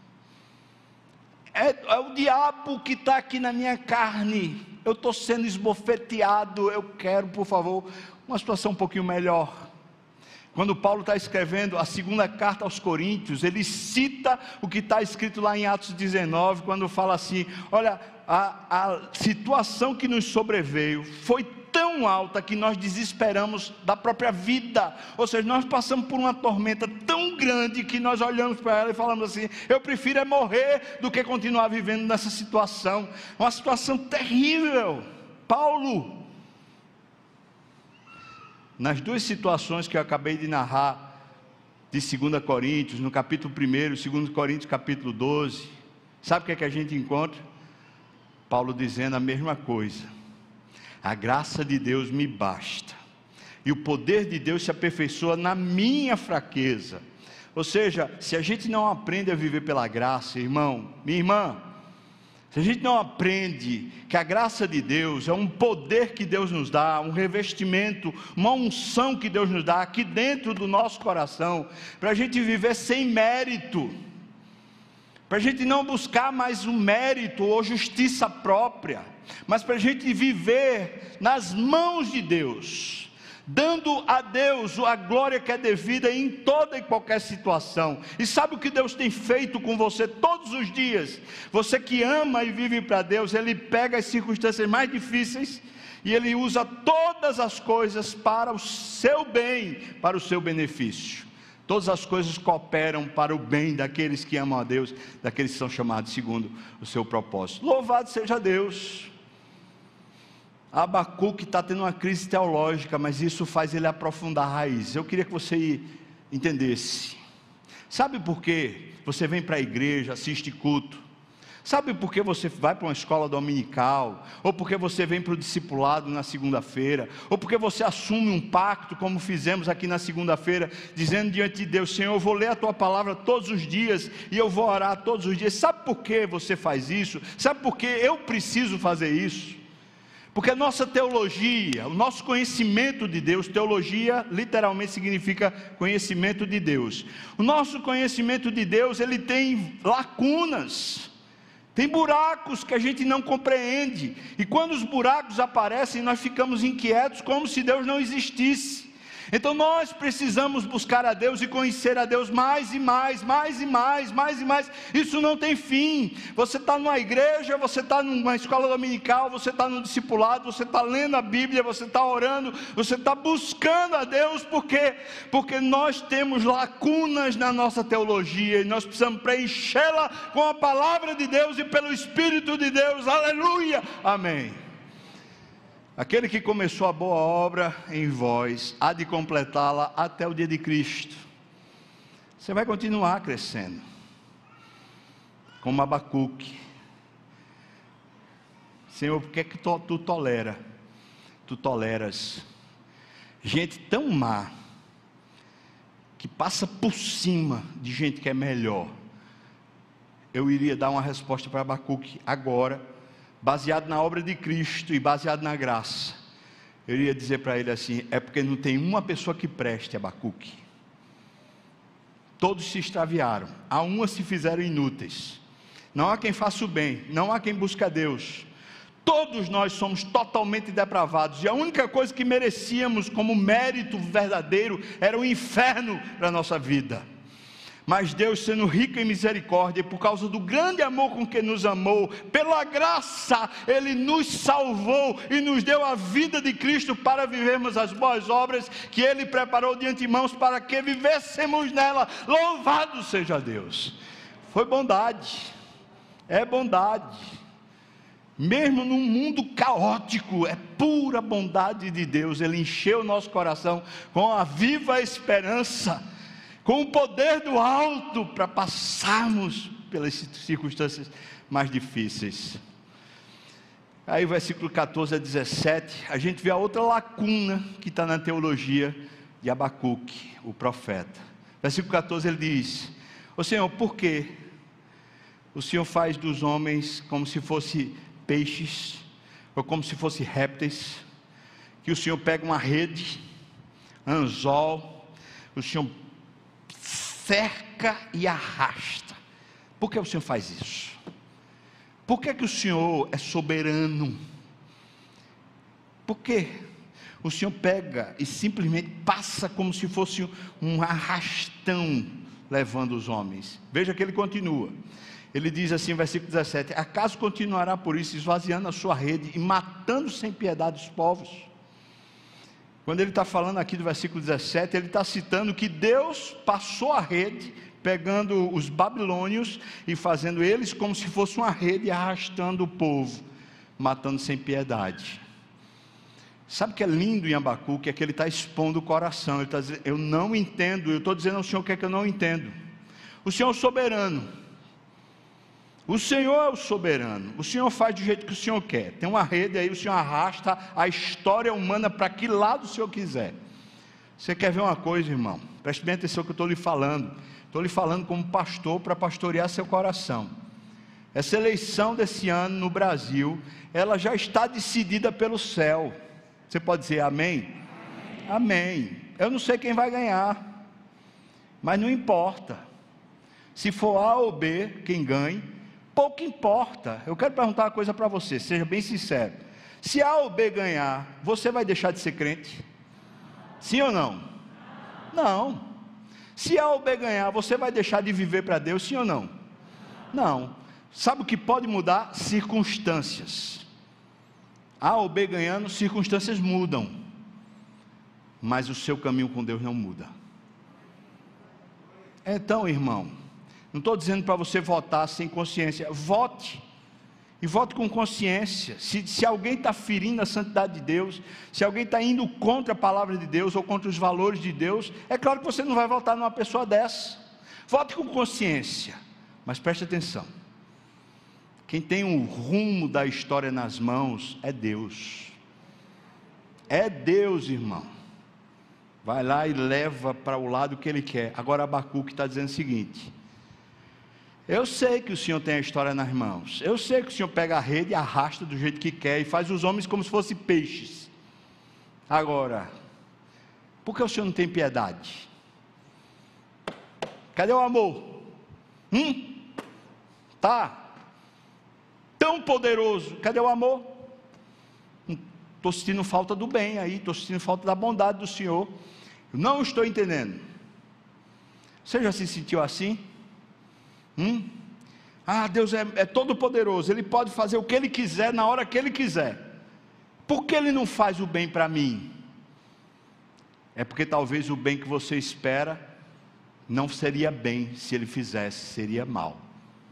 É o diabo que está aqui na minha carne, eu estou sendo esbofeteado, eu quero, por favor, uma situação um pouquinho melhor. Quando Paulo está escrevendo a segunda carta aos Coríntios, ele cita o que está escrito lá em Atos 19, quando fala assim: olha, a situação que nos sobreveio foi tão alta que nós desesperamos da própria vida. Ou seja, nós passamos por uma tormenta tão grande que nós olhamos para ela e falamos assim: eu prefiro é morrer do que continuar vivendo nessa situação. Uma situação terrível. Paulo, nas 2 situações que eu acabei de narrar, de 2 Coríntios, no capítulo 1, 2 Coríntios capítulo 12, sabe o que é que a gente encontra? Paulo dizendo a mesma coisa: a graça de Deus me basta, e o poder de Deus se aperfeiçoa na minha fraqueza. Ou seja, se a gente não aprende a viver pela graça, irmão, minha irmã, se a gente não aprende que a graça de Deus é um poder que Deus nos dá, um revestimento, uma unção que Deus nos dá aqui dentro do nosso coração, para a gente viver sem mérito, para a gente não buscar mais o mérito ou justiça própria, mas para a gente viver nas mãos de Deus, dando a Deus a glória que é devida em toda e qualquer situação. E sabe o que Deus tem feito com você todos os dias? Você que ama e vive para Deus, Ele pega as circunstâncias mais difíceis e Ele usa todas as coisas para o seu bem, para o seu benefício. Todas as coisas cooperam para o bem daqueles que amam a Deus, daqueles que são chamados segundo o seu propósito. Louvado seja Deus! Abacuque está tendo uma crise teológica, mas isso faz ele aprofundar a raiz. Eu queria que você entendesse. Sabe por que você vem para a igreja, assiste culto? Sabe por que você vai para uma escola dominical? Ou porque você vem para o discipulado na segunda-feira? Ou porque você assume um pacto, como fizemos aqui na segunda-feira, dizendo diante de Deus: Senhor, eu vou ler a Tua palavra todos os dias, e eu vou orar todos os dias. Sabe por que você faz isso? Sabe por que eu preciso fazer isso? Porque a nossa teologia, o nosso conhecimento de Deus, teologia literalmente significa conhecimento de Deus. O nosso conhecimento de Deus, ele tem lacunas, tem buracos que a gente não compreende. E quando os buracos aparecem, nós ficamos inquietos, como se Deus não existisse. Então nós precisamos buscar a Deus e conhecer a Deus mais e mais, mais e mais, mais e mais. Isso não tem fim. Você está numa igreja, você está numa escola dominical, você está no discipulado, você está lendo a Bíblia, você está orando, você está buscando a Deus. Por quê? Porque nós temos lacunas na nossa teologia e nós precisamos preenchê-la com a palavra de Deus e pelo Espírito de Deus. Aleluia, amém. Aquele que começou a boa obra em vós, há de completá-la até o dia de Cristo. Você vai continuar crescendo, como Abacuque. Senhor, por que é que tu toleras gente tão má, que passa por cima de gente que é melhor? Eu iria dar uma resposta para Abacuque agora, baseado na obra de Cristo e baseado na graça. Eu iria dizer para ele assim: é porque não tem uma pessoa que preste, Abacuque. Todos se extraviaram, a umas se fizeram inúteis. Não há quem faça o bem, não há quem busque a Deus. Todos nós somos totalmente depravados, e a única coisa que merecíamos como mérito verdadeiro era o inferno para a nossa vida. Mas Deus, sendo rico em misericórdia, por causa do grande amor com que nos amou, pela graça, Ele nos salvou e nos deu a vida de Cristo para vivermos as boas obras que Ele preparou de antemão para que vivêssemos nela. Louvado seja Deus! Foi bondade, é bondade. Mesmo num mundo caótico, é pura bondade de Deus. Ele encheu o nosso coração com a viva esperança, com o poder do alto, para passarmos pelas circunstâncias mais difíceis. Aí o versículo 14 a 17, a gente vê a outra lacuna que está na teologia de Abacuque, o profeta. Versículo 14 ele diz: Ô Senhor, por que o Senhor faz dos homens como se fossem peixes, ou como se fossem répteis, que o Senhor pega uma rede, anzol, o Senhor cerca e arrasta? Por que o Senhor faz isso? Por que o Senhor é soberano? Por que o Senhor pega e simplesmente passa como se fosse um arrastão levando os homens? Veja que ele continua. Ele diz assim, versículo 17: acaso continuará por isso esvaziando a sua rede e matando sem piedade os povos? Quando ele está falando aqui do versículo 17, ele está citando que Deus passou a rede, pegando os babilônios e fazendo eles como se fosse uma rede, e arrastando o povo, matando sem piedade. Sabe o que é lindo em Abacuque? É que ele está expondo o coração. Ele está dizendo: eu não entendo. Eu estou dizendo ao Senhor o que é que eu não entendo. O Senhor é soberano. O Senhor é o soberano, o Senhor faz do jeito que o Senhor quer. Tem uma rede aí, o Senhor arrasta a história humana para que lado o Senhor quiser. Você quer ver uma coisa, irmão? Preste bem atenção que eu estou lhe falando. Estou lhe falando como pastor para pastorear seu coração. Essa eleição desse ano no Brasil, ela já está decidida pelo céu. Você pode dizer amém? Amém. Eu não sei quem vai ganhar, mas não importa. Se for A ou B, quem ganhe, pouco importa. Eu quero perguntar uma coisa para você, seja bem sincero. Se A ou B ganhar, você vai deixar de ser crente? Sim ou não? Não. Se A ou B ganhar, você vai deixar de viver para Deus? Sim ou não? Não. Sabe o que pode mudar? Circunstâncias. A ou B ganhando, circunstâncias mudam, mas o seu caminho com Deus não muda. Então, irmão, não estou dizendo para você votar sem consciência. Vote, e vote com consciência. Se alguém está ferindo a santidade de Deus, se alguém está indo contra a palavra de Deus, ou contra os valores de Deus, é claro que você não vai votar numa pessoa dessa. Vote com consciência, mas preste atenção. Quem tem o rumo da história nas mãos é Deus. É Deus, irmão. Vai lá e leva para o lado que Ele quer. Agora Abacuque está dizendo o seguinte: eu sei que o Senhor tem a história nas mãos. Eu sei que o Senhor pega a rede e arrasta do jeito que quer, e faz os homens como se fossem peixes. Agora, por que o Senhor não tem piedade? Cadê o amor? Tá tão poderoso, cadê o amor? Estou sentindo falta do bem aí, estou sentindo falta da bondade do Senhor. Eu não estou entendendo. Você já se sentiu assim? Deus é todo poderoso, Ele pode fazer o que Ele quiser, na hora que Ele quiser. Por que Ele não faz o bem para mim? É porque talvez o bem que você espera não seria bem, se Ele fizesse, seria mal.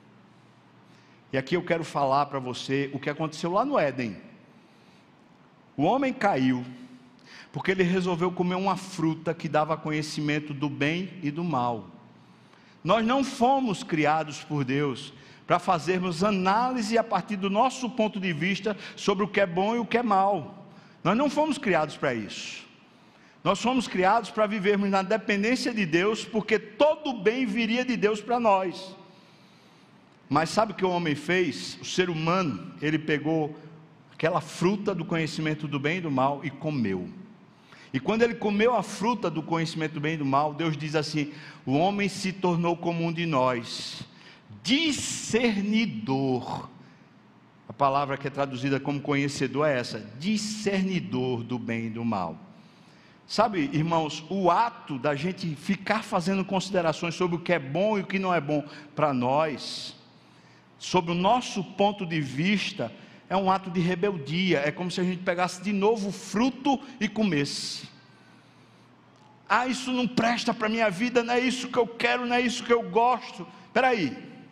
E aqui eu quero falar para você o que aconteceu lá no Éden. O homem caiu porque ele resolveu comer uma fruta que dava conhecimento do bem e do mal. Nós não fomos criados por Deus para fazermos análise a partir do nosso ponto de vista sobre o que é bom e o que é mal. Nós não fomos criados para isso. Nós fomos criados para vivermos na dependência de Deus, porque todo o bem viria de Deus para nós. Mas sabe o que o homem fez? O ser humano, ele pegou aquela fruta do conhecimento do bem e do mal e comeu. E quando ele comeu a fruta do conhecimento do bem e do mal, Deus diz assim: o homem se tornou como um de nós, discernidor. A palavra que é traduzida como conhecedor é essa, discernidor do bem e do mal. Sabe, irmãos, o ato da gente ficar fazendo considerações sobre o que é bom e o que não é bom para nós, sobre o nosso ponto de vista, é um ato de rebeldia. É como se a gente pegasse de novo o fruto e comesse. Isso não presta para a minha vida, não é isso que eu quero, não é isso que eu gosto. Espera aí,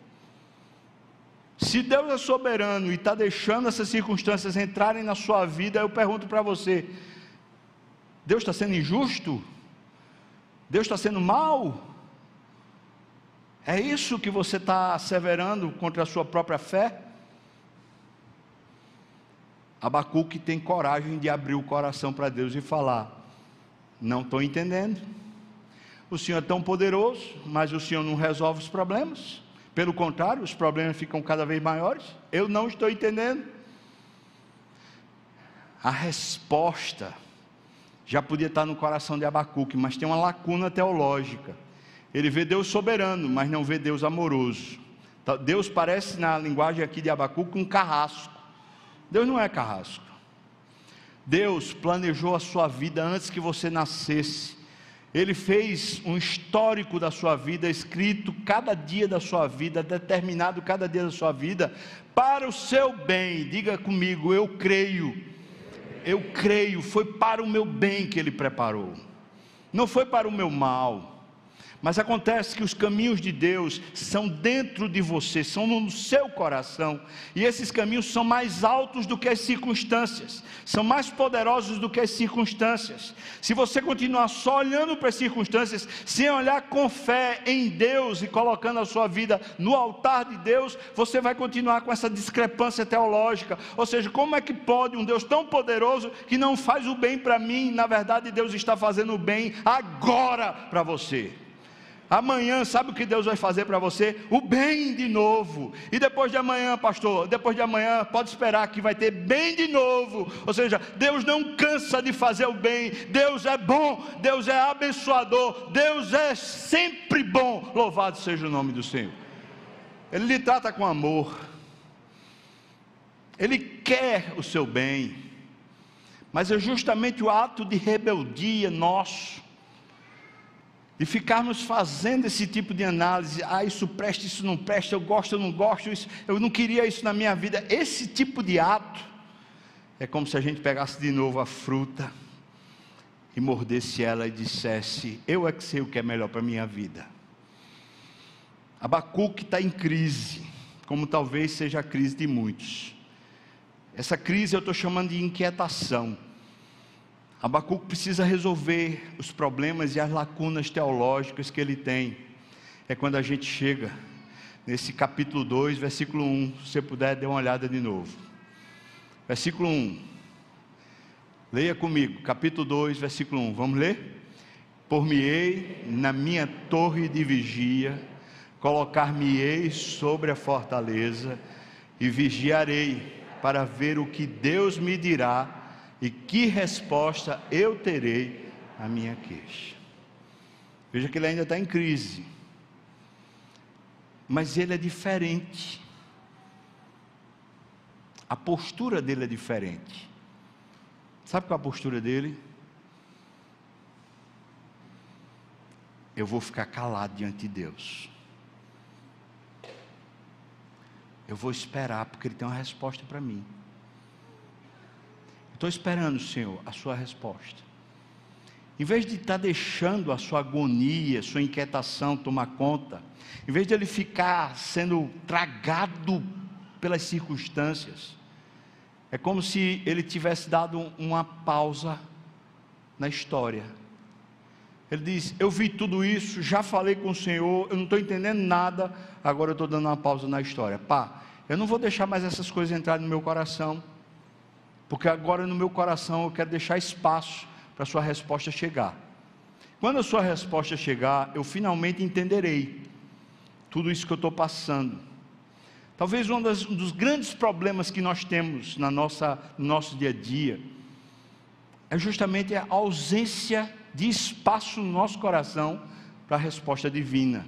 se Deus é soberano e está deixando essas circunstâncias entrarem na sua vida, eu pergunto para você: Deus está sendo injusto? Deus está sendo mau? É isso que você está asseverando contra a sua própria fé? Abacuque tem coragem de abrir o coração para Deus e falar: não estou entendendo, o Senhor é tão poderoso, mas o Senhor não resolve os problemas, pelo contrário, os problemas ficam cada vez maiores. Eu não estou entendendo. A resposta já podia estar no coração de Abacuque, mas tem uma lacuna teológica. Ele vê Deus soberano, mas não vê Deus amoroso. Deus parece, na linguagem aqui de Abacuque, um carrasco. Deus não é carrasco. Deus planejou a sua vida antes que você nascesse. Ele fez um histórico da sua vida, escrito cada dia da sua vida, determinado cada dia da sua vida, para o seu bem. Diga comigo: eu creio. Eu creio, foi para o meu bem que Ele preparou. Não foi para o meu mal. Mas acontece que os caminhos de Deus são dentro de você, são no seu coração, e esses caminhos são mais altos do que as circunstâncias, são mais poderosos do que as circunstâncias. Se você continuar só olhando para as circunstâncias, sem olhar com fé em Deus e colocando a sua vida no altar de Deus, você vai continuar com essa discrepância teológica. Ou seja, como é que pode um Deus tão poderoso que não faz o bem para mim? Na verdade, Deus está fazendo o bem agora para você. Amanhã, sabe o que Deus vai fazer para você? O bem de novo. E depois de amanhã, pastor, depois de amanhã, pode esperar que vai ter bem de novo. Ou seja, Deus não cansa de fazer o bem. Deus é bom, Deus é abençoador, Deus é sempre bom. Louvado seja o nome do Senhor. Ele lhe trata com amor, Ele quer o seu bem, mas é justamente o ato de rebeldia nosso, de ficarmos fazendo esse tipo de análise, isso presta, isso não presta, eu gosto, eu não gosto, eu não queria isso na minha vida. Esse tipo de ato é como se a gente pegasse de novo a fruta e mordesse ela e dissesse: eu é que sei o que é melhor para a minha vida. Abacuque está em crise, como talvez seja a crise de muitos. Essa crise eu estou chamando de inquietação. Abacuque precisa resolver os problemas e as lacunas teológicas que ele tem. É quando a gente chega nesse capítulo 2, versículo 1, se você puder, dê uma olhada de novo. Versículo 1, leia comigo, capítulo 2, versículo 1, vamos ler? Por-me-ei na minha torre de vigia, colocar-me-ei sobre a fortaleza, e vigiarei para ver o que Deus me dirá, e que resposta eu terei à minha queixa. Veja que ele ainda está em crise, mas ele é diferente, a postura dele é diferente. Sabe qual é a postura dele? Eu vou ficar calado diante de Deus, eu vou esperar, porque Ele tem uma resposta para mim. Estou esperando, Senhor, a sua resposta. Em vez de estar deixando a sua agonia, sua inquietação tomar conta, em vez de ele ficar sendo tragado pelas circunstâncias, é como se ele tivesse dado uma pausa na história. Ele diz: eu vi tudo isso, já falei com o Senhor, eu não estou entendendo nada, agora eu estou dando uma pausa na história. Eu não vou deixar mais essas coisas entrarem no meu coração, porque agora no meu coração eu quero deixar espaço para a sua resposta chegar. Quando a sua resposta chegar, eu finalmente entenderei tudo isso que eu estou passando. Talvez um dos grandes problemas que nós temos no nosso dia a dia é justamente a ausência de espaço no nosso coração para a resposta divina.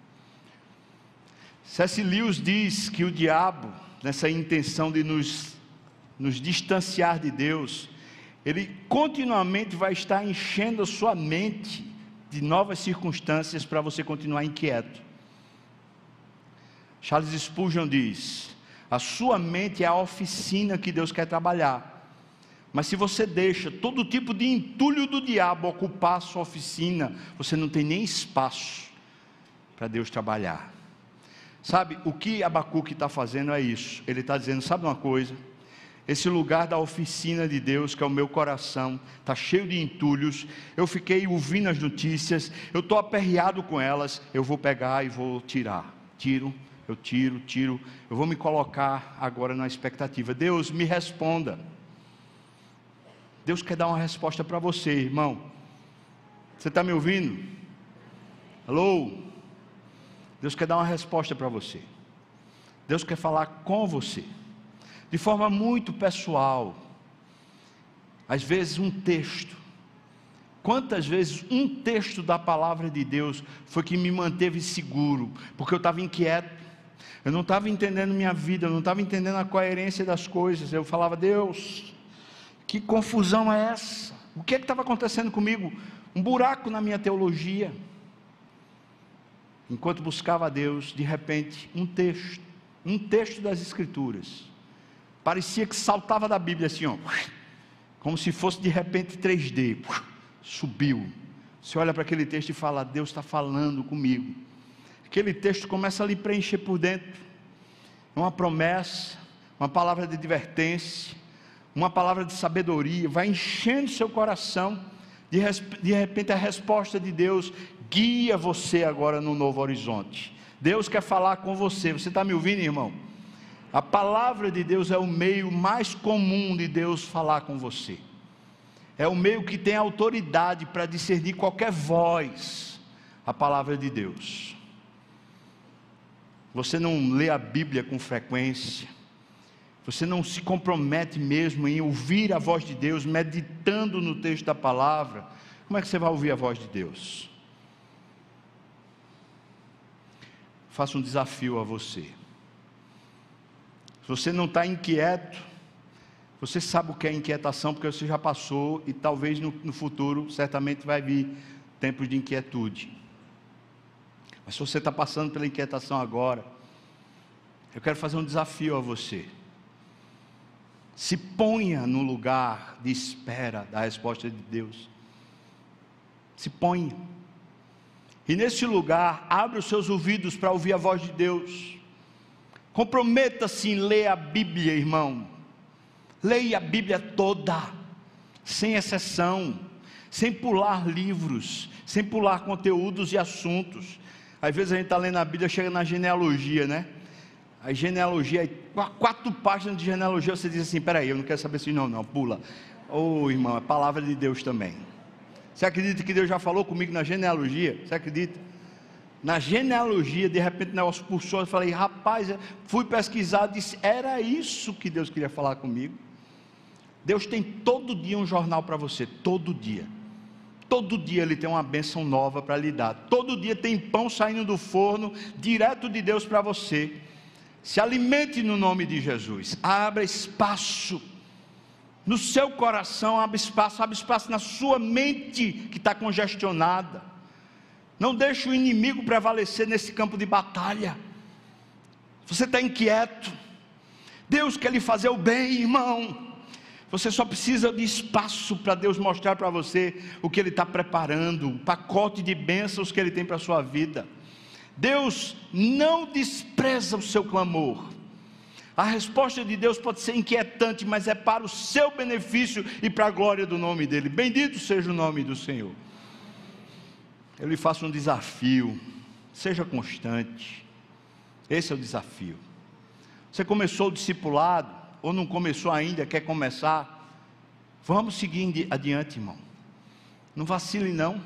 C.S. Lewis diz que o diabo, nessa intenção de nos distanciar de Deus, ele continuamente vai estar enchendo a sua mente de novas circunstâncias para você continuar inquieto. Charles Spurgeon diz: a sua mente é a oficina que Deus quer trabalhar, mas se você deixa todo tipo de entulho do diabo ocupar a sua oficina, você não tem nem espaço para Deus trabalhar. Sabe, o que Abacuque está fazendo é isso. Ele está dizendo: sabe uma coisa? Esse lugar da oficina de Deus, que é o meu coração, está cheio de entulhos. Eu fiquei ouvindo as notícias, eu estou aperreado com elas. Eu vou pegar e vou tirar. Eu tiro. Eu vou me colocar agora na expectativa. Deus, me responda. Deus quer dar uma resposta para você, irmão. Você está me ouvindo? Alô? Deus quer dar uma resposta para você. Deus quer falar com você, de forma muito pessoal. Às vezes um texto. Quantas vezes um texto da palavra de Deus foi que me manteve seguro, porque eu estava inquieto, eu não estava entendendo minha vida, eu não estava entendendo a coerência das coisas. Eu falava: Deus, que confusão é essa? O que estava acontecendo comigo? Um buraco na minha teologia. Enquanto buscava a Deus, de repente um texto das Escrituras, parecia que saltava da Bíblia assim, como se fosse de repente 3D, subiu, Você olha para aquele texto e fala: Deus está falando comigo. Aquele texto começa a lhe preencher por dentro. É uma promessa, uma palavra de advertência, uma palavra de sabedoria, vai enchendo seu coração. De repente a resposta de Deus guia você agora no novo horizonte. Deus quer falar com você. Você está me ouvindo, irmão? A palavra de Deus é o meio mais comum de Deus falar com você. É o meio que tem autoridade para discernir qualquer voz. A palavra de Deus. Você não lê a Bíblia com frequência. Você não se compromete mesmo em ouvir a voz de Deus, meditando no texto da palavra. Como é que você vai ouvir a voz de Deus? Faço um desafio a você. Se você não está inquieto, você sabe o que é inquietação, porque você já passou, e talvez no futuro, certamente vai vir tempos de inquietude. Mas se você está passando pela inquietação agora, eu quero fazer um desafio a você. Se ponha no lugar de espera da resposta de Deus. Se ponha. E nesse lugar, abra os seus ouvidos para ouvir a voz de Deus. Comprometa-se em ler a Bíblia, irmão. Leia a Bíblia toda, sem exceção, sem pular livros, sem pular conteúdos e assuntos. Às vezes a gente está lendo a Bíblia, chega na genealogia, né? A genealogia, 4 páginas de genealogia, você diz assim: peraí, eu não quero saber se não, pula. Irmão, é palavra de Deus também. Você acredita que Deus já falou comigo na genealogia? Você acredita? Na genealogia, de repente o negócio puxou, eu falei: rapaz, fui pesquisar, disse: era isso que Deus queria falar comigo. Deus tem todo dia um jornal para você, todo dia. Todo dia Ele tem uma bênção nova para lhe dar. Todo dia tem pão saindo do forno, direto de Deus para você. Se alimente no nome de Jesus. Abra espaço no seu coração, abre espaço na sua mente que está congestionada. Não deixe o inimigo prevalecer nesse campo de batalha. Você está inquieto, Deus quer lhe fazer o bem, irmão. Você só precisa de espaço para Deus mostrar para você o que Ele está preparando, o pacote de bênçãos que Ele tem para a sua vida. Deus não despreza o seu clamor. A resposta de Deus pode ser inquietante, mas é para o seu benefício e para a glória do nome dEle. Bendito seja o nome do Senhor. Eu lhe faço um desafio: seja constante. Esse é o desafio. Você começou o discipulado, ou não começou ainda, quer começar? Vamos seguir adiante, irmão. Não vacile não.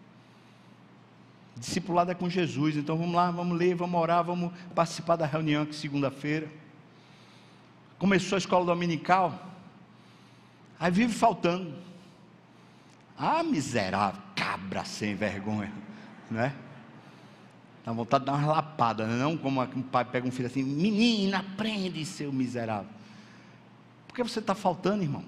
Discipulado é com Jesus, então vamos lá, vamos ler, vamos orar, vamos participar da reunião aqui segunda-feira. Começou a escola dominical, aí vive faltando. Miserável, cabra sem vergonha, né? Dá vontade de dar uma lapada, não como um pai pega um filho assim: menina, aprende, seu miserável. Por que você está faltando, irmão?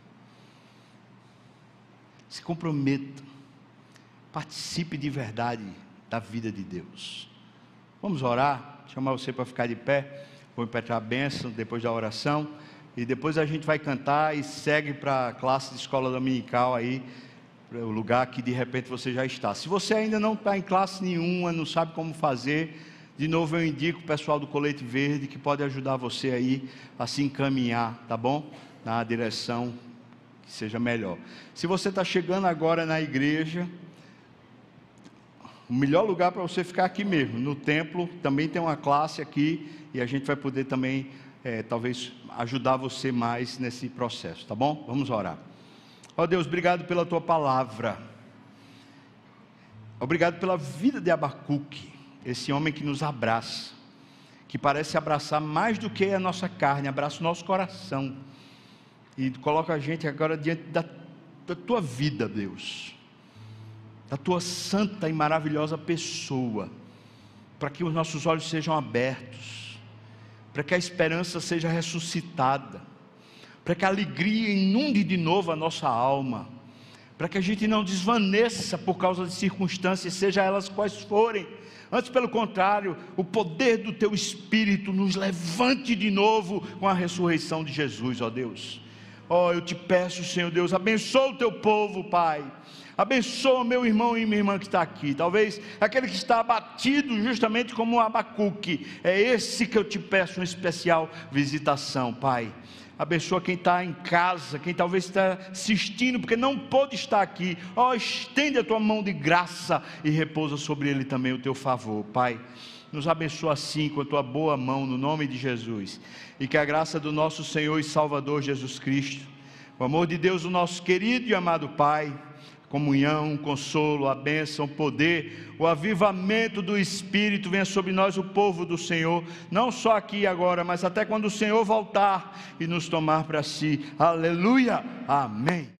Se comprometa, participe de verdade da vida de Deus. Vamos orar, chamar você para ficar de pé, vou impetrar a bênção depois da oração, e depois a gente vai cantar e segue para a classe de escola dominical aí, para o lugar que de repente você já está. Se você ainda não está em classe nenhuma, não sabe como fazer, de novo eu indico o pessoal do Colete Verde, que pode ajudar você aí a se encaminhar, tá bom? Na direção que seja melhor. Se você está chegando agora na igreja, o melhor lugar para você ficar aqui mesmo, no templo. Também tem uma classe aqui, e a gente vai poder também, talvez, ajudar você mais nesse processo, tá bom? Vamos orar. Ó Deus, obrigado pela Tua palavra. Obrigado pela vida de Abacuque, esse homem que nos abraça, que parece abraçar mais do que a nossa carne, abraça o nosso coração, e coloca a gente agora diante da Tua vida, Deus, da Tua santa e maravilhosa pessoa, para que os nossos olhos sejam abertos, para que a esperança seja ressuscitada, para que a alegria inunde de novo a nossa alma, para que a gente não desvaneça por causa de circunstâncias, seja elas quais forem. Antes, pelo contrário, o poder do Teu Espírito nos levante de novo com a ressurreição de Jesus, ó Deus. Oh, eu te peço, Senhor Deus, abençoa o teu povo, Pai. Abençoa meu irmão e minha irmã que está aqui. Talvez aquele que está abatido, justamente como Abacuque. É esse que eu te peço, uma especial visitação, Pai. Abençoa quem está em casa, quem talvez está assistindo, porque não pôde estar aqui. Ó, estende a tua mão de graça e repousa sobre ele também o teu favor, Pai. Nos abençoa assim com a tua boa mão, no nome de Jesus. E que a graça do nosso Senhor e Salvador Jesus Cristo, o amor de Deus, o nosso querido e amado Pai, comunhão, o consolo, a bênção, o poder, o avivamento do Espírito venha sobre nós, o povo do Senhor, não só aqui e agora, mas até quando o Senhor voltar e nos tomar para si. Aleluia, amém.